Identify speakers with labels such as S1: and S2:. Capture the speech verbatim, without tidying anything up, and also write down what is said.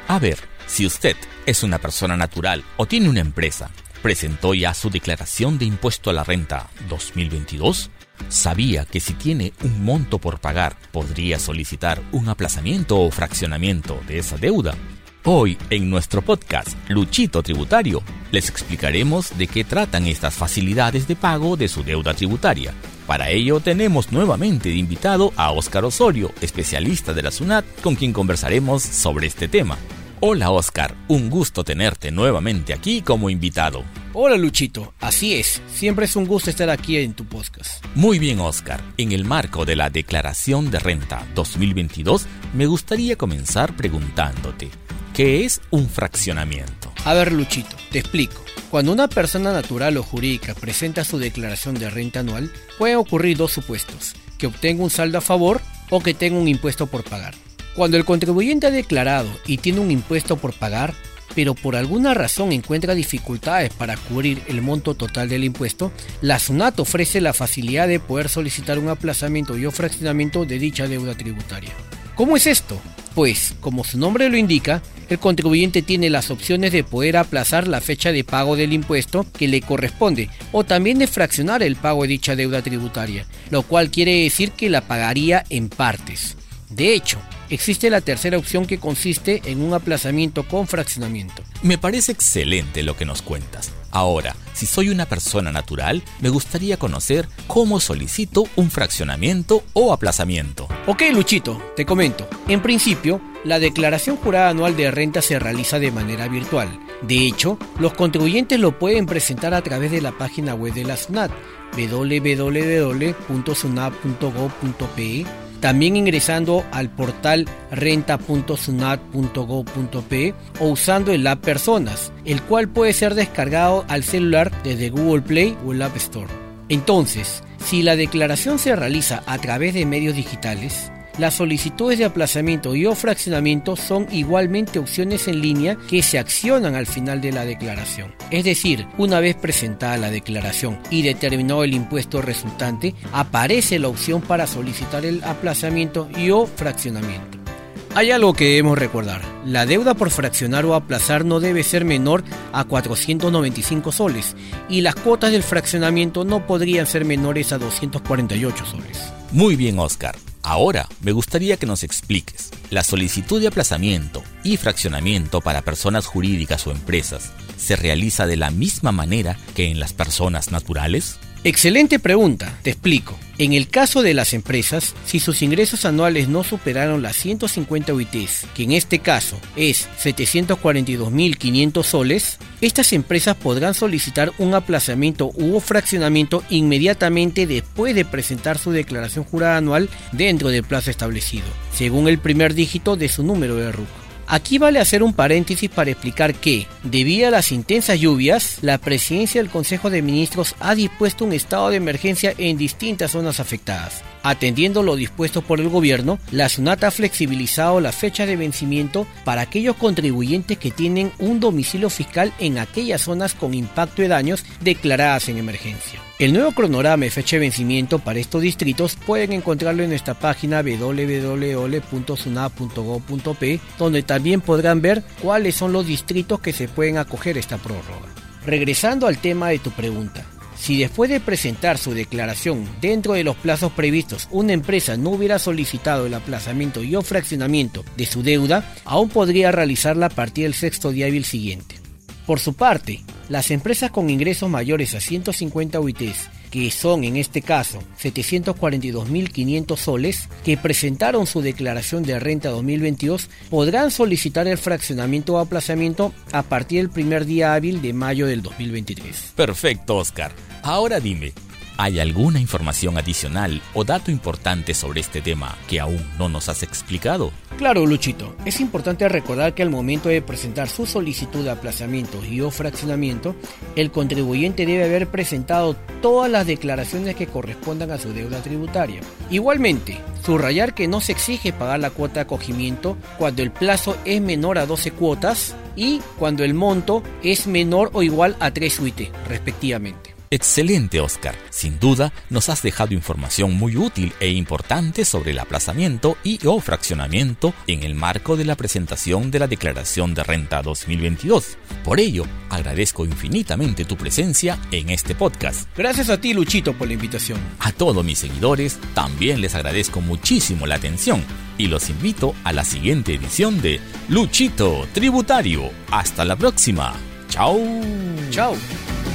S1: A ver, si usted es una persona natural o tiene una empresa, ¿presentó ya su declaración de impuesto a la renta dos mil veintidós? ¿Sabía que si tiene un monto por pagar, podría solicitar un aplazamiento o fraccionamiento de esa deuda? Hoy, en nuestro podcast Luchito Tributario, les explicaremos de qué tratan estas facilidades de pago de su deuda tributaria. Para ello, tenemos nuevamente de invitado a Óscar Osorio, especialista de la SUNAT, con quien conversaremos sobre este tema. Hola Óscar, un gusto tenerte nuevamente aquí como invitado.
S2: Hola Luchito, así es, siempre es un gusto estar aquí en tu podcast.
S1: Muy bien Óscar, en el marco de la Declaración de Renta dos mil veintidós, me gustaría comenzar preguntándote, ¿qué es un fraccionamiento?
S2: A ver Luchito, te explico. Cuando una persona natural o jurídica presenta su declaración de renta anual, pueden ocurrir dos supuestos, que obtenga un saldo a favor o que tenga un impuesto por pagar. Cuando el contribuyente ha declarado y tiene un impuesto por pagar, pero por alguna razón encuentra dificultades para cubrir el monto total del impuesto, la SUNAT ofrece la facilidad de poder solicitar un aplazamiento y o fraccionamiento de dicha deuda tributaria. ¿Cómo es esto? Pues, como su nombre lo indica, el contribuyente tiene las opciones de poder aplazar la fecha de pago del impuesto que le corresponde o también de fraccionar el pago de dicha deuda tributaria, lo cual quiere decir que la pagaría en partes. De hecho, existe la tercera opción que consiste en un aplazamiento con fraccionamiento.
S1: Me parece excelente lo que nos cuentas. Ahora, si soy una persona natural, me gustaría conocer cómo solicito un fraccionamiento o aplazamiento.
S2: Ok, Luchito, te comento. En principio, la declaración jurada anual de renta se realiza de manera virtual. De hecho, los contribuyentes lo pueden presentar a través de la página web de la SUNAT, doble u doble u doble u punto sunat punto gob punto pe. También ingresando al portal renta punto sunat punto gob punto pe o usando el app Personas, el cual puede ser descargado al celular desde Google Play o el App Store. Entonces, si la declaración se realiza a través de medios digitales, las solicitudes de aplazamiento y o fraccionamiento son igualmente opciones en línea que se accionan al final de la declaración. Es decir, una vez presentada la declaración y determinado el impuesto resultante, aparece la opción para solicitar el aplazamiento y o fraccionamiento. Hay algo que debemos recordar, la deuda por fraccionar o aplazar no debe ser menor a cuatrocientos noventa y cinco soles y las cuotas del fraccionamiento no podrían ser menores a doscientos cuarenta y ocho soles.
S1: Muy bien Óscar. Ahora, me gustaría que nos expliques, ¿la solicitud de aplazamiento y fraccionamiento para personas jurídicas o empresas se realiza de la misma manera que en las personas naturales?
S2: Excelente pregunta, te explico. En el caso de las empresas, si sus ingresos anuales no superaron las ciento cincuenta U I Ts, que en este caso es setecientos cuarenta y dos mil quinientos soles, estas empresas podrán solicitar un aplazamiento u fraccionamiento inmediatamente después de presentar su declaración jurada anual dentro del plazo establecido, según el primer dígito de su número de R U C. Aquí vale hacer un paréntesis para explicar que, debido a las intensas lluvias, la Presidencia del Consejo de Ministros ha dispuesto un estado de emergencia en distintas zonas afectadas. Atendiendo lo dispuesto por el gobierno, la SUNAT ha flexibilizado la fecha de vencimiento para aquellos contribuyentes que tienen un domicilio fiscal en aquellas zonas con impacto de daños declaradas en emergencia. El nuevo cronograma de fecha de vencimiento para estos distritos pueden encontrarlo en nuestra página doble u doble u doble u punto sunat punto gob punto pe, donde también podrán ver cuáles son los distritos que se pueden acoger a esta prórroga. Regresando al tema de tu pregunta, si después de presentar su declaración dentro de los plazos previstos una empresa no hubiera solicitado el aplazamiento y o fraccionamiento de su deuda, aún podría realizarla a partir del sexto día hábil siguiente. Por su parte, las empresas con ingresos mayores a ciento cincuenta U I Ts, que son en este caso setecientos cuarenta y dos mil quinientos soles, que presentaron su declaración de renta dos mil veintidós, podrán solicitar el fraccionamiento o aplazamiento a partir del primer día hábil de mayo del dos mil veintitrés.
S1: Perfecto, Óscar. Ahora dime, ¿hay alguna información adicional o dato importante sobre este tema que aún no nos has explicado?
S2: Claro, Luchito. Es importante recordar que al momento de presentar su solicitud de aplazamiento y o fraccionamiento, el contribuyente debe haber presentado todas las declaraciones que correspondan a su deuda tributaria. Igualmente, subrayar que no se exige pagar la cuota de acogimiento cuando el plazo es menor a doce cuotas y cuando el monto es menor o igual a tres U I T, respectivamente.
S1: Excelente, Oscar. Sin duda, nos has dejado información muy útil e importante sobre el aplazamiento y o fraccionamiento en el marco de la presentación de la Declaración de Renta dos mil veintidós. Por ello, agradezco infinitamente tu presencia en este podcast.
S2: Gracias a ti, Luchito, por la invitación.
S1: A todos mis seguidores también les agradezco muchísimo la atención y los invito a la siguiente edición de Luchito Tributario. Hasta la próxima. Chao.
S2: Chao.